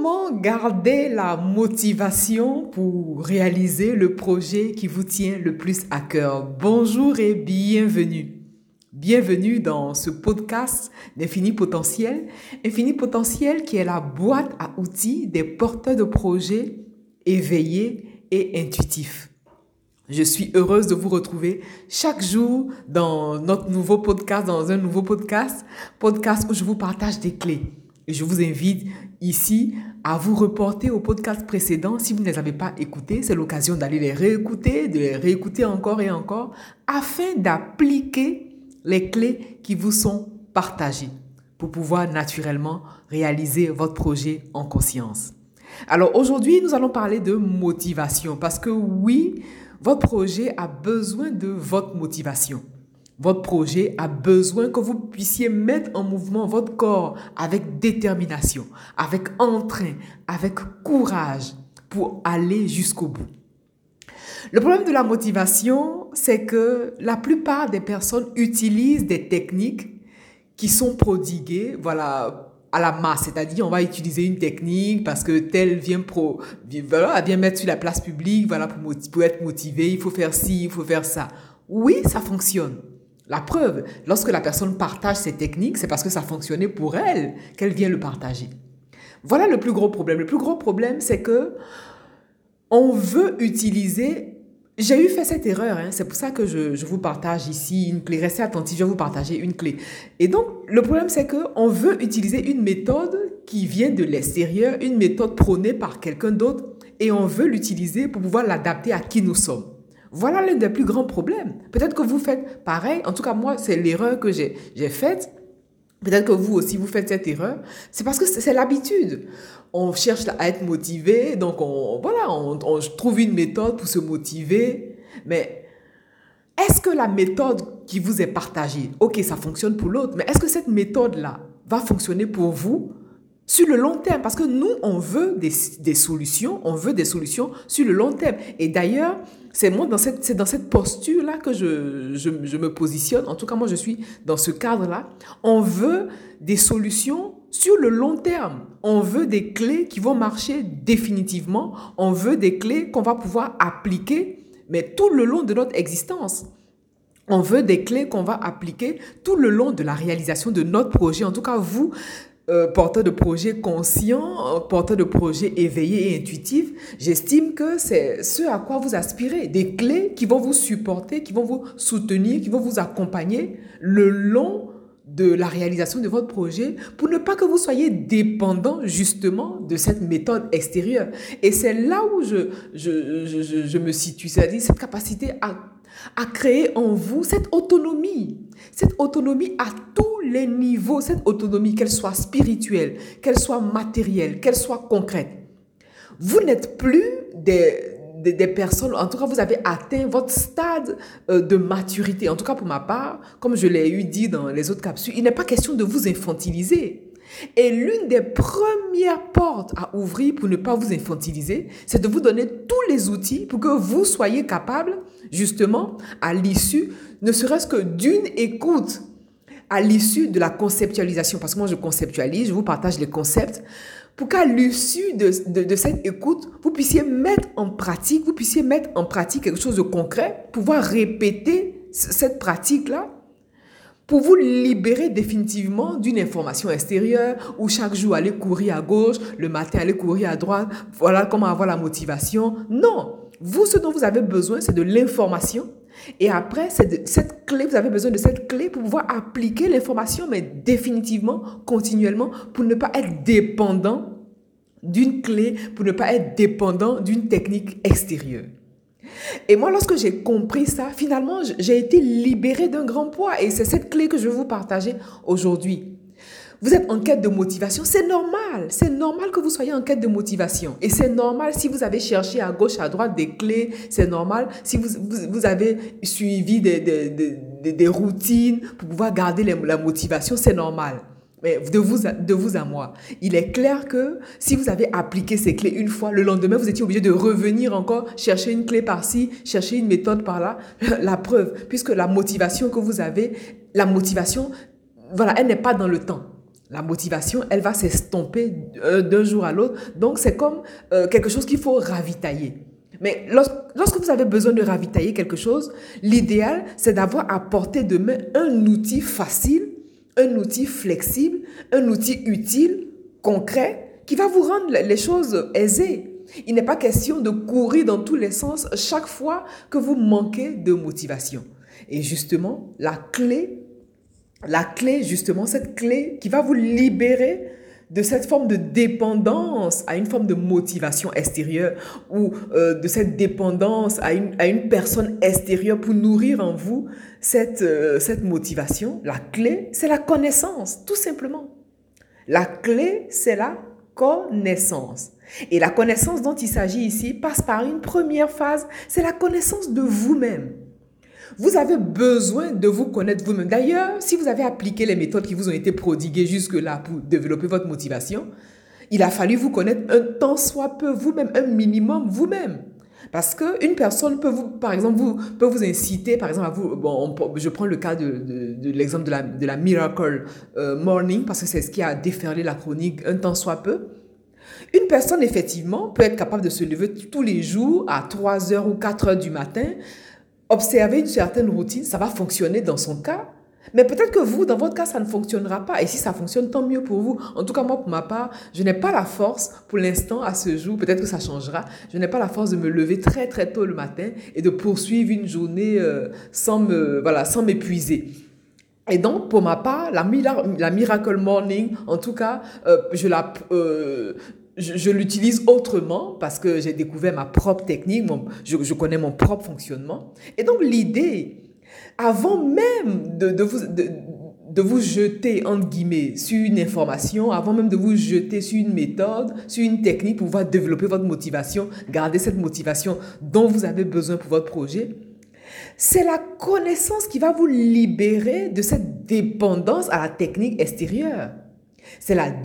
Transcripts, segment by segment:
Comment garder la motivation pour réaliser le projet qui vous tient le plus à cœur? Bonjour et bienvenue. Bienvenue dans ce podcast d'Infini Potentiel. Infini Potentiel qui est la boîte à outils des porteurs de projets éveillés et intuitifs. Je suis heureuse de vous retrouver chaque jour dans notre nouveau podcast, dans un nouveau podcast où je vous partage des clés. Et je vous invite ici à vous reporter aux podcasts précédents. Si vous ne les avez pas écoutés, c'est l'occasion d'aller les réécouter, de les réécouter encore et encore, afin d'appliquer les clés qui vous sont partagées pour pouvoir naturellement réaliser votre projet en conscience. Alors aujourd'hui, nous allons parler de motivation parce que oui, votre projet a besoin de votre motivation. Votre projet a besoin que vous puissiez mettre en mouvement votre corps avec détermination, avec entrain, avec courage pour aller jusqu'au bout. Le problème de la motivation, c'est que la plupart des personnes utilisent des techniques qui sont prodiguées, à la masse. C'est-à-dire, on va utiliser une technique parce que tel vient mettre sur la place publique, pour être motivé, il faut faire ci, il faut faire ça. Oui, ça fonctionne. La preuve, lorsque la personne partage ces techniques, c'est parce que ça fonctionnait pour elle qu'elle vient le partager. Voilà le plus gros problème. Le plus gros problème, c'est que on veut utiliser... J'ai fait cette erreur, c'est pour ça que je vous partage ici une clé. Restez attentifs, je vais vous partager une clé. Et donc, le problème, c'est qu'on veut utiliser une méthode qui vient de l'extérieur, une méthode prônée par quelqu'un d'autre, et on veut l'utiliser pour pouvoir l'adapter à qui nous sommes. Voilà l'un des plus grands problèmes. Peut-être que vous faites pareil. En tout cas, moi, c'est l'erreur que j'ai faite. Peut-être que vous aussi, vous faites cette erreur. C'est parce que c'est l'habitude. On cherche à être motivé, donc on trouve une méthode pour se motiver. Mais est-ce que la méthode qui vous est partagée, ok, ça fonctionne pour l'autre, mais est-ce que cette méthode-là va fonctionner pour vous sur le long terme? Parce que nous, on veut des solutions, sur le long terme. Et d'ailleurs, c'est dans cette posture-là que je me positionne. En tout cas, moi, je suis dans ce cadre-là. On veut des solutions sur le long terme. On veut des clés qui vont marcher définitivement. On veut des clés qu'on va pouvoir appliquer, mais tout le long de notre existence. On veut des clés qu'on va appliquer tout le long de la réalisation de notre projet. En tout cas, vous, porteur de projet conscient, porteur de projet éveillé et intuitif, j'estime que c'est ce à quoi vous aspirez. Des clés qui vont vous supporter, qui vont vous soutenir, qui vont vous accompagner le long de la réalisation de votre projet pour ne pas que vous soyez dépendant justement de cette méthode extérieure. Et c'est là où je me situe, c'est-à-dire cette capacité à créer en vous cette autonomie à tous les niveaux, cette autonomie, qu'elle soit spirituelle, qu'elle soit matérielle, qu'elle soit concrète. Vous n'êtes plus des personnes, en tout cas vous avez atteint votre stade de maturité. En tout cas pour ma part, comme je l'ai dit dans les autres capsules, il n'est pas question de vous infantiliser. Et l'une des premières portes à ouvrir pour ne pas vous infantiliser, c'est de vous donner tous les outils pour que vous soyez capable, justement, à l'issue, ne serait-ce que d'une écoute, à l'issue de la conceptualisation. Parce que moi, je conceptualise, je vous partage les concepts, pour qu'à l'issue de cette écoute, vous puissiez mettre en pratique quelque chose de concret, pouvoir répéter cette pratique-là, pour vous libérer définitivement d'une information extérieure où chaque jour aller courir à gauche, le matin aller courir à droite, voilà comment avoir la motivation. Non, vous, ce dont vous avez besoin, c'est de l'information. Et après, vous avez besoin de cette clé pour pouvoir appliquer l'information, mais définitivement, continuellement, pour ne pas être dépendant d'une clé, pour ne pas être dépendant d'une technique extérieure. Et moi, lorsque j'ai compris ça, finalement, j'ai été libérée d'un grand poids. Et c'est cette clé que je vais vous partager aujourd'hui. Vous êtes en quête de motivation, c'est normal. C'est normal que vous soyez en quête de motivation. Et c'est normal si vous avez cherché à gauche, à droite des clés. C'est normal si vous avez suivi des routines pour pouvoir garder la motivation. C'est normal. Mais de vous à moi, il est clair que si vous avez appliqué ces clés une fois, le lendemain, vous étiez obligé de revenir encore, chercher une clé par-ci, chercher une méthode par-là. La preuve, puisque la motivation que vous avez, elle n'est pas dans le temps. La motivation, elle va s'estomper d'un jour à l'autre. Donc, c'est comme quelque chose qu'il faut ravitailler. Mais lorsque vous avez besoin de ravitailler quelque chose, l'idéal, c'est d'avoir à portée de main un outil facile, un outil flexible, un outil utile, concret, qui va vous rendre les choses aisées. Il n'est pas question de courir dans tous les sens chaque fois que vous manquez de motivation. Et justement, justement, cette clé qui va vous libérer de cette forme de dépendance à une forme de motivation extérieure ou de cette dépendance à une personne extérieure pour nourrir en vous cette motivation. La clé, c'est la connaissance, tout simplement. La clé, c'est la connaissance. Et la connaissance dont il s'agit ici passe par une première phase, c'est la connaissance de vous-même. Vous avez besoin de vous connaître vous-même. D'ailleurs, si vous avez appliqué les méthodes qui vous ont été prodiguées jusque-là pour développer votre motivation, il a fallu vous connaître un tant soit peu vous-même, un minimum vous-même. Parce qu'une personne peut vous inciter, par exemple, je prends le cas de l'exemple de la Miracle Morning, parce que c'est ce qui a déferlé la chronique un tant soit peu. Une personne, effectivement, peut être capable de se lever tous les jours à 3h ou 4h du matin, observer une certaine routine, ça va fonctionner dans son cas. Mais peut-être que vous, dans votre cas, ça ne fonctionnera pas. Et si ça fonctionne, tant mieux pour vous. En tout cas, moi, pour ma part, je n'ai pas la force, pour l'instant, à ce jour, peut-être que ça changera, je n'ai pas la force de me lever très, très tôt le matin et de poursuivre une journée sans m'épuiser. Et donc, pour ma part, la Miracle Morning, en tout cas, je l'utilise autrement parce que j'ai découvert ma propre technique, je connais mon propre fonctionnement. Et donc, l'idée, avant même de vous jeter, entre guillemets, sur une information, avant même de vous jeter sur une méthode, sur une technique pour pouvoir développer votre motivation, garder cette motivation dont vous avez besoin pour votre projet, c'est la connaissance qui va vous libérer de cette dépendance à la technique extérieure. C'est la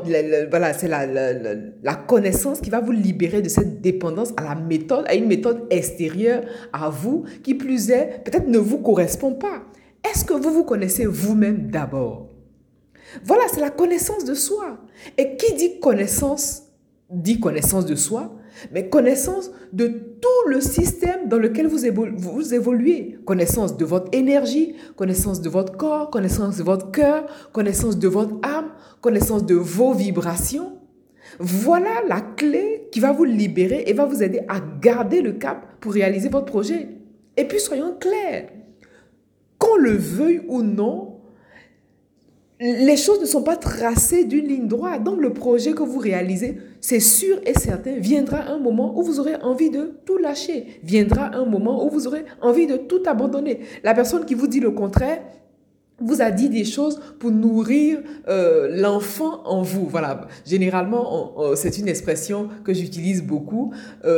connaissance qui va vous libérer de cette dépendance à une méthode extérieure à vous, qui plus est, peut-être ne vous correspond pas. Est-ce que vous vous connaissez vous-même d'abord? Voilà, c'est la connaissance de soi. Et qui dit connaissance de soi, mais connaissance de tout le système dans lequel vous évoluez. Connaissance de votre énergie, connaissance de votre corps, connaissance de votre cœur, connaissance de votre âme, connaissance de vos vibrations. Voilà la clé qui va vous libérer et va vous aider à garder le cap pour réaliser votre projet. Et puis, soyons clairs, qu'on le veuille ou non, les choses ne sont pas tracées d'une ligne droite. Donc, le projet que vous réalisez, c'est sûr et certain, viendra un moment où vous aurez envie de tout lâcher. Viendra un moment où vous aurez envie de tout abandonner. La personne qui vous dit le contraire vous a dit des choses pour nourrir l'enfant en vous. Voilà, généralement, c'est une expression que j'utilise beaucoup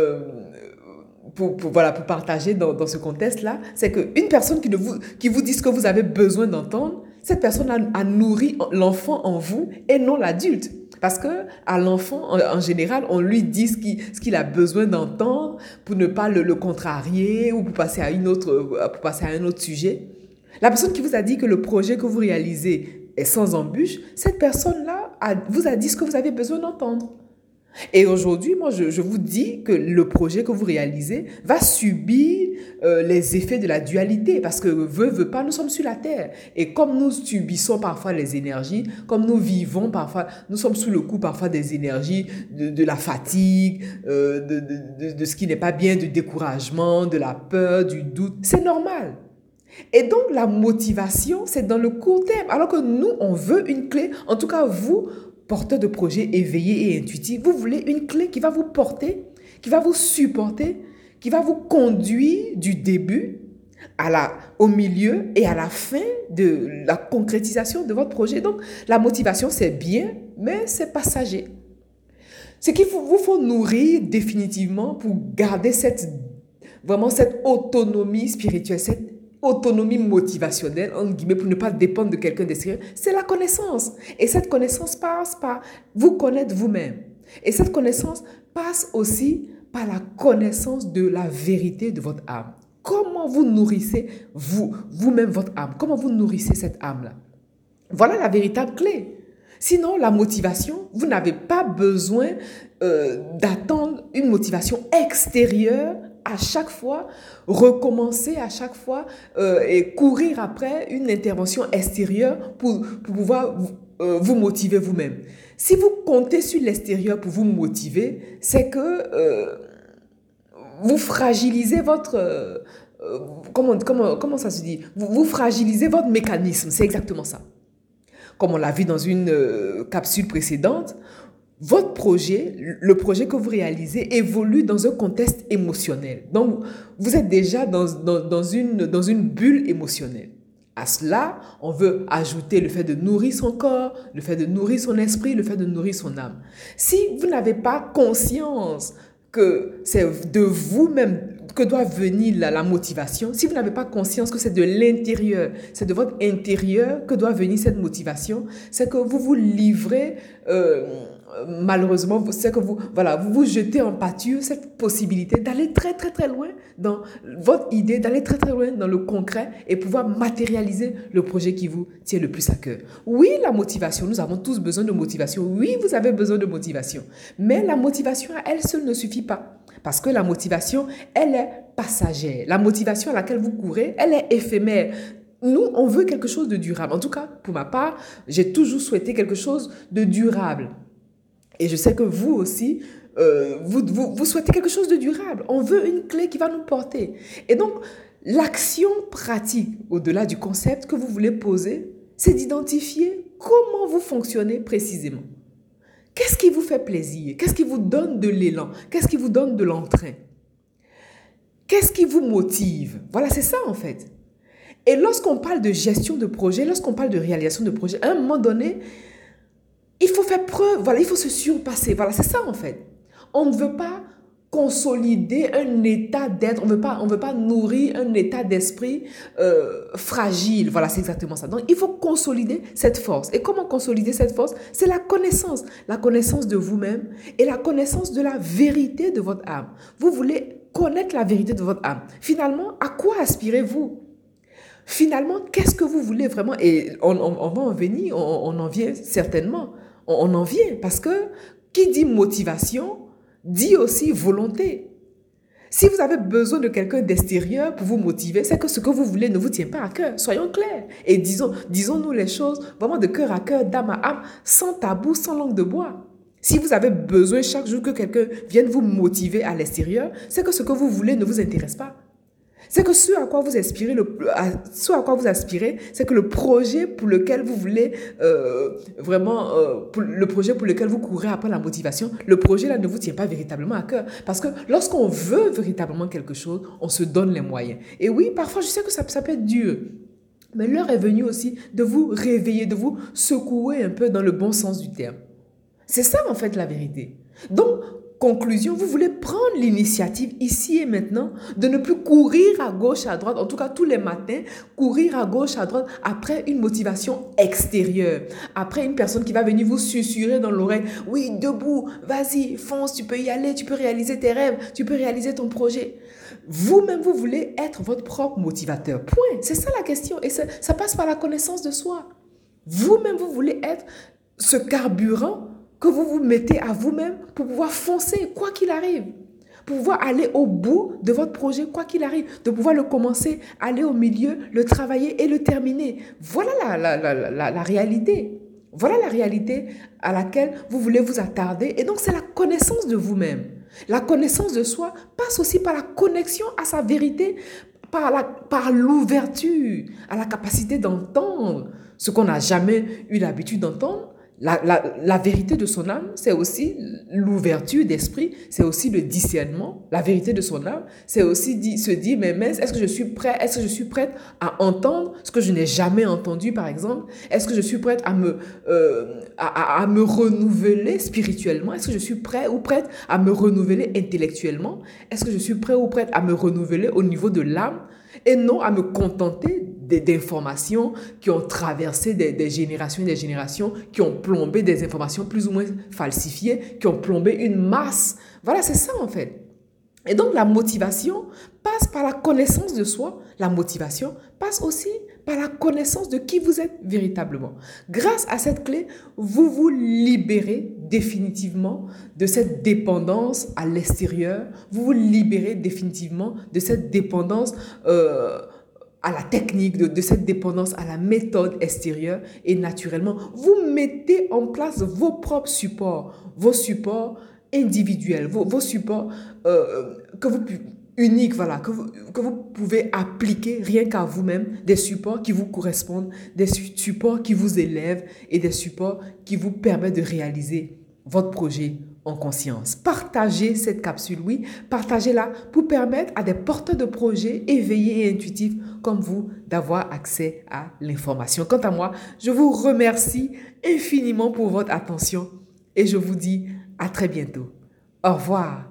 pour partager dans ce contexte-là. C'est qu'une personne qui vous dit ce que vous avez besoin d'entendre, cette personne a nourri l'enfant en vous et non l'adulte. Parce que à l'enfant, en général, on lui dit ce qu'il a besoin d'entendre pour ne pas le contrarier ou pour passer à un autre sujet. La personne qui vous a dit que le projet que vous réalisez est sans embûche, cette personne-là vous a dit ce que vous avez besoin d'entendre. Et aujourd'hui, moi, je vous dis que le projet que vous réalisez va subir les effets de la dualité parce que veut pas, nous sommes sur la terre. Et comme nous subissons parfois les énergies, comme nous vivons parfois, nous sommes sous le coup parfois des énergies, de la fatigue, de ce qui n'est pas bien, du découragement, de la peur, du doute. C'est normal. Et donc, la motivation, c'est dans le court terme. Alors que nous, on veut une clé. En tout cas, vous, porteur de projets éveillés et intuitifs, vous voulez une clé qui va vous porter, qui va vous supporter, qui va vous conduire du début au milieu et à la fin de la concrétisation de votre projet. Donc, la motivation, c'est bien, mais c'est passager. Ce qu'il vous faut nourrir définitivement pour garder cette autonomie spirituelle, cette autonomie motivationnelle, entre guillemets, pour ne pas dépendre de quelqu'un d'extérieur, c'est la connaissance. Et cette connaissance passe par vous connaître vous-même. Et cette connaissance passe aussi par la connaissance de la vérité de votre âme. Comment vous nourrissez vous-même votre âme? Comment vous nourrissez cette âme-là? Voilà la véritable clé. Sinon, la motivation, vous n'avez pas besoin d'attendre une motivation extérieure à chaque fois, recommencer à chaque fois et courir après une intervention extérieure pour pouvoir vous motiver vous-même. Si vous comptez sur l'extérieur pour vous motiver, c'est que vous fragilisez votre... comment ça se dit? Vous fragilisez votre mécanisme, c'est exactement ça. Comme on l'a vu dans une capsule précédente, votre projet, le projet que vous réalisez, évolue dans un contexte émotionnel. Donc, vous êtes déjà dans une bulle émotionnelle. À cela, on veut ajouter le fait de nourrir son corps, le fait de nourrir son esprit, le fait de nourrir son âme. Si vous n'avez pas conscience que c'est de vous-même que doit venir la motivation, si vous n'avez pas conscience que c'est de l'intérieur, c'est de votre intérieur que doit venir cette motivation, c'est que vous vous livrez, malheureusement, c'est que vous vous jetez en pâture cette possibilité d'aller très très très loin dans votre idée, d'aller très très loin dans le concret et pouvoir matérialiser le projet qui vous tient le plus à cœur. Oui, la motivation, nous avons tous besoin de motivation. Oui, vous avez besoin de motivation. Mais la motivation à elle seule ne suffit pas. Parce que la motivation, elle est passagère. La motivation à laquelle vous courez, elle est éphémère. Nous, on veut quelque chose de durable. En tout cas, pour ma part, j'ai toujours souhaité quelque chose de durable. Et je sais que vous aussi, vous souhaitez quelque chose de durable. On veut une clé qui va nous porter. Et donc, l'action pratique, au-delà du concept que vous voulez poser, c'est d'identifier comment vous fonctionnez précisément. Qu'est-ce qui vous fait plaisir? Qu'est-ce qui vous donne de l'élan? Qu'est-ce qui vous donne de l'entrain? Qu'est-ce qui vous motive? Voilà, c'est ça en fait. Et lorsqu'on parle de gestion de projet, lorsqu'on parle de réalisation de projet, à un moment donné, il faut faire preuve, voilà, il faut se surpasser. Voilà, c'est ça en fait. On ne veut pas consolider un état d'être, on veut pas nourrir un état d'esprit fragile. Voilà, c'est exactement ça. Donc, il faut consolider cette force. Et comment consolider cette force? C'est la connaissance de vous-même et la connaissance de la vérité de votre âme. Vous voulez connaître la vérité de votre âme. Finalement, à quoi aspirez-vous? Finalement, qu'est-ce que vous voulez vraiment? Et on va en venir, on en vient certainement. On en vient parce que qui dit motivation dit aussi volonté. Si vous avez besoin de quelqu'un d'extérieur pour vous motiver, c'est que ce que vous voulez ne vous tient pas à cœur. Soyons clairs. Et disons-nous les choses vraiment de cœur à cœur, d'âme à âme, sans tabou, sans langue de bois. Si vous avez besoin chaque jour que quelqu'un vienne vous motiver à l'extérieur, c'est que ce que vous voulez ne vous intéresse pas. C'est que ce à quoi vous aspirez, c'est que le projet pour lequel vous voulez le projet pour lequel vous courez après la motivation, le projet là ne vous tient pas véritablement à cœur. Parce que lorsqu'on veut véritablement quelque chose, on se donne les moyens. Et oui, parfois je sais que ça peut être dur. Mais l'heure est venue aussi de vous réveiller, de vous secouer un peu dans le bon sens du terme. C'est ça en fait la vérité. Donc, conclusion, vous voulez prendre l'initiative ici et maintenant de ne plus courir à gauche, à droite, en tout cas tous les matins, courir à gauche, à droite après une motivation extérieure, après une personne qui va venir vous susurrer dans l'oreille, oui, debout, vas-y, fonce, tu peux y aller, tu peux réaliser tes rêves, tu peux réaliser ton projet. Vous-même, vous voulez être votre propre motivateur. Point. C'est ça la question. Et ça passe par la connaissance de soi. Vous-même, vous voulez être ce carburant que vous vous mettez à vous-même pour pouvoir foncer, quoi qu'il arrive. Pour pouvoir aller au bout de votre projet, quoi qu'il arrive. De pouvoir le commencer, aller au milieu, le travailler et le terminer. Voilà la réalité. Voilà la réalité à laquelle vous voulez vous attarder. Et donc, c'est la connaissance de vous-même. La connaissance de soi passe aussi par la connexion à sa vérité, par l'ouverture, à la capacité d'entendre ce qu'on n'a jamais eu l'habitude d'entendre. La vérité de son âme, c'est aussi l'ouverture d'esprit, c'est aussi le discernement. La vérité de son âme, c'est aussi se dire, mais est-ce que je suis prête à entendre ce que je n'ai jamais entendu, par exemple? Est-ce que je suis prête à me renouveler spirituellement? Est-ce que je suis prêt ou prête à me renouveler intellectuellement? Est-ce que je suis prêt ou prête à me renouveler au niveau de l'âme et non à me contenter d'informations qui ont traversé des générations et des générations, qui ont plombé des informations plus ou moins falsifiées, qui ont plombé une masse. Voilà, c'est ça en fait. Et donc la motivation passe par la connaissance de soi. La motivation passe aussi par la connaissance de qui vous êtes véritablement. Grâce à cette clé, vous vous libérez définitivement de cette dépendance à l'extérieur. Vous vous libérez définitivement de cette dépendance à la technique, de cette dépendance à la méthode extérieure. Et naturellement, vous mettez en place vos propres supports, vos supports individuels, vos supports que vous uniques, voilà, que vous pouvez appliquer rien qu'à vous-même, des supports qui vous correspondent, des supports qui vous élèvent et des supports qui vous permettent de réaliser votre projet en conscience. Partagez cette capsule, oui, partagez-la pour permettre à des porteurs de projets éveillés et intuitifs comme vous d'avoir accès à l'information. Quant à moi, je vous remercie infiniment pour votre attention et je vous dis à très bientôt. Au revoir.